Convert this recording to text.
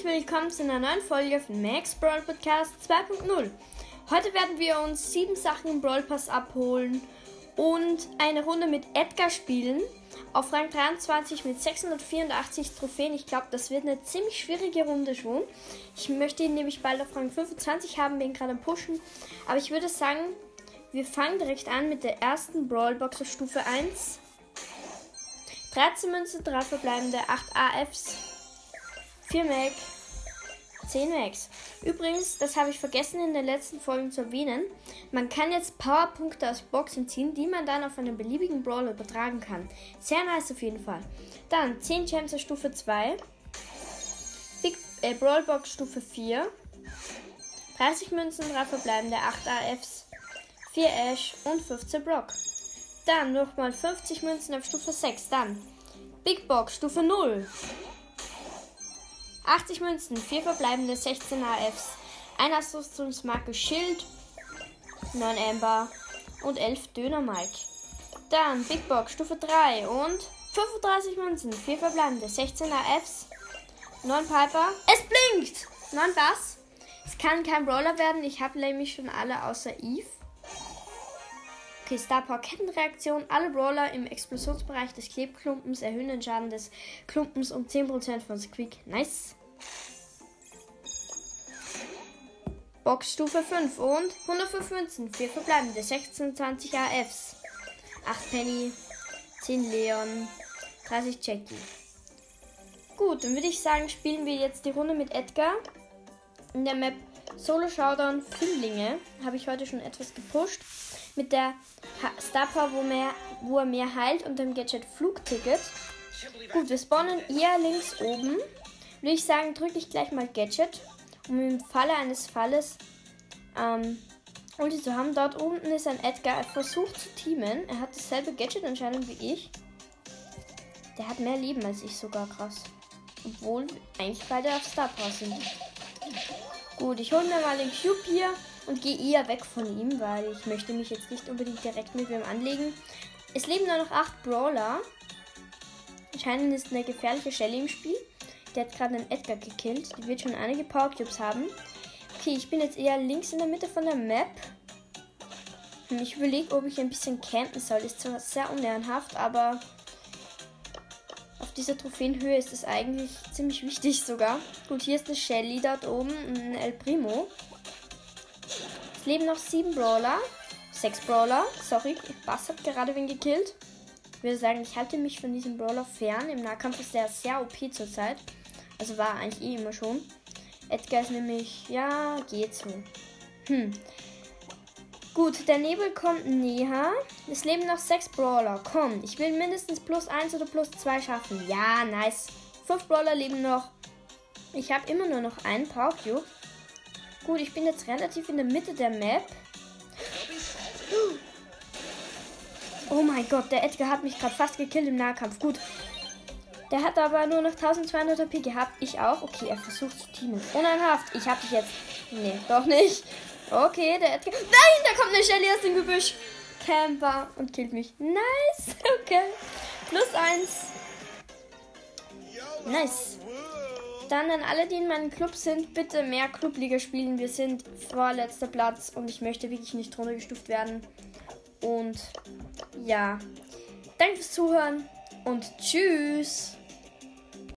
herzlich willkommen zu einer neuen Folge von Max Brawl Podcast 2.0. Heute werden wir uns 7 Sachen im Brawl Pass abholen und eine Runde mit Edgar spielen. Auf Rang 23 mit 684 Trophäen. Ich glaube, das wird eine ziemlich schwierige Runde schon. Ich möchte ihn nämlich bald auf Rang 25 haben, bin gerade am Pushen. Aber ich würde sagen, wir fangen direkt an mit der ersten Brawlbox auf Stufe 1. 13 Münzen, 3 verbleibende, 8 AFs, 4 Mac, 10 Max. Übrigens, das habe ich vergessen in den letzten Folgen zu erwähnen, man kann jetzt Powerpunkte aus Boxen ziehen, die man dann auf einen beliebigen Brawler übertragen kann. Sehr nice auf jeden Fall. Dann 10 Gems auf Stufe 2, Brawlbox Stufe 4, 30 Münzen, 3 verbleibende, 8 AFs, 4 Ash und 15 Brock. Dann nochmal 50 Münzen auf Stufe 6. Dann Big Box Stufe 0. 80 Münzen, 4 verbleibende, 16 AFs, 1 Ausrüstungsmarke Schild, 9 Amber und 11 Döner Mike. Dann Big Box Stufe 3 und 35 Münzen, 4 verbleibende, 16 AFs, 9 Piper. Es blinkt! 9 Bass. Es kann kein Brawler werden, ich habe nämlich schon alle außer Eve. Okay, Star Power Kettenreaktion. Alle Brawler im Explosionsbereich des Klebklumpens erhöhen den Schaden des Klumpens um 10% von Squeak. Nice. Box Stufe 5 und 105 Münzen, 4 verbleibende, 26 AFs, 8 Penny, 10 Leon, 30 Jackie. Gut, dann würde ich sagen, spielen wir jetzt die Runde mit Edgar. In der Map Solo Showdown Findlinge habe ich heute schon etwas gepusht. Mit der Star Power, wo er mehr heilt und dem Gadget Flugticket. Gut, wir spawnen eher links oben. Würde ich sagen, drücke ich gleich mal Gadget, um im Falle eines Falles Ulti zu haben. Dort unten ist ein Edgar. Er versucht zu teamen. Er hat dasselbe Gadget anscheinend wie ich. Der hat mehr Leben als ich sogar, krass. Obwohl eigentlich beide auf Star Power sind. Gut, ich hole mir mal den Cube hier und gehe eher weg von ihm, weil ich möchte mich jetzt nicht unbedingt direkt mit ihm anlegen. Es leben nur noch 8 Brawler. Anscheinend ist eine gefährliche Shelly im Spiel. Der hat gerade einen Edgar gekillt. Die wird schon einige Power Cubes haben. Okay, ich bin jetzt eher links in der Mitte von der Map. Ich überlege, ob ich ein bisschen campen soll. Ist zwar sehr unehrenhaft, aber auf dieser Trophäenhöhe ist es eigentlich ziemlich wichtig sogar. Gut, hier ist eine Shelly dort oben, ein El Primo. Es leben noch 7 Brawler. 6 Brawler. Sorry, Bass hat gerade wen gekillt. Ich würde sagen, ich halte mich von diesem Brawler fern. Im Nahkampf ist der sehr OP zurzeit. Also war eigentlich eh immer schon. Edgar ist nämlich, ja, geht so. Gut, der Nebel kommt näher. Es leben noch 6 Brawler. Komm, ich will mindestens +1 oder +2 schaffen. Ja, nice. 5 Brawler leben noch. Ich habe immer nur noch einen Power Cube. Gut, ich bin jetzt relativ in der Mitte der Map. Oh mein Gott, der Edgar hat mich gerade fast gekillt im Nahkampf. Gut. Der hat aber nur noch 1200 AP gehabt. Ich auch. Okay, er versucht zu teamen. Uneinhaft. Ich hab dich jetzt. Nee, doch nicht. Okay, der Edgar. Nein, da kommt eine Shelly aus dem Gebüsch. Camper und killt mich. Nice. Okay. +1. Nice. Dann an alle, die in meinem Club sind, bitte mehr Clubliga spielen. Wir sind vorletzter Platz und ich möchte wirklich nicht runtergestuft werden. Und ja, danke fürs Zuhören und tschüss.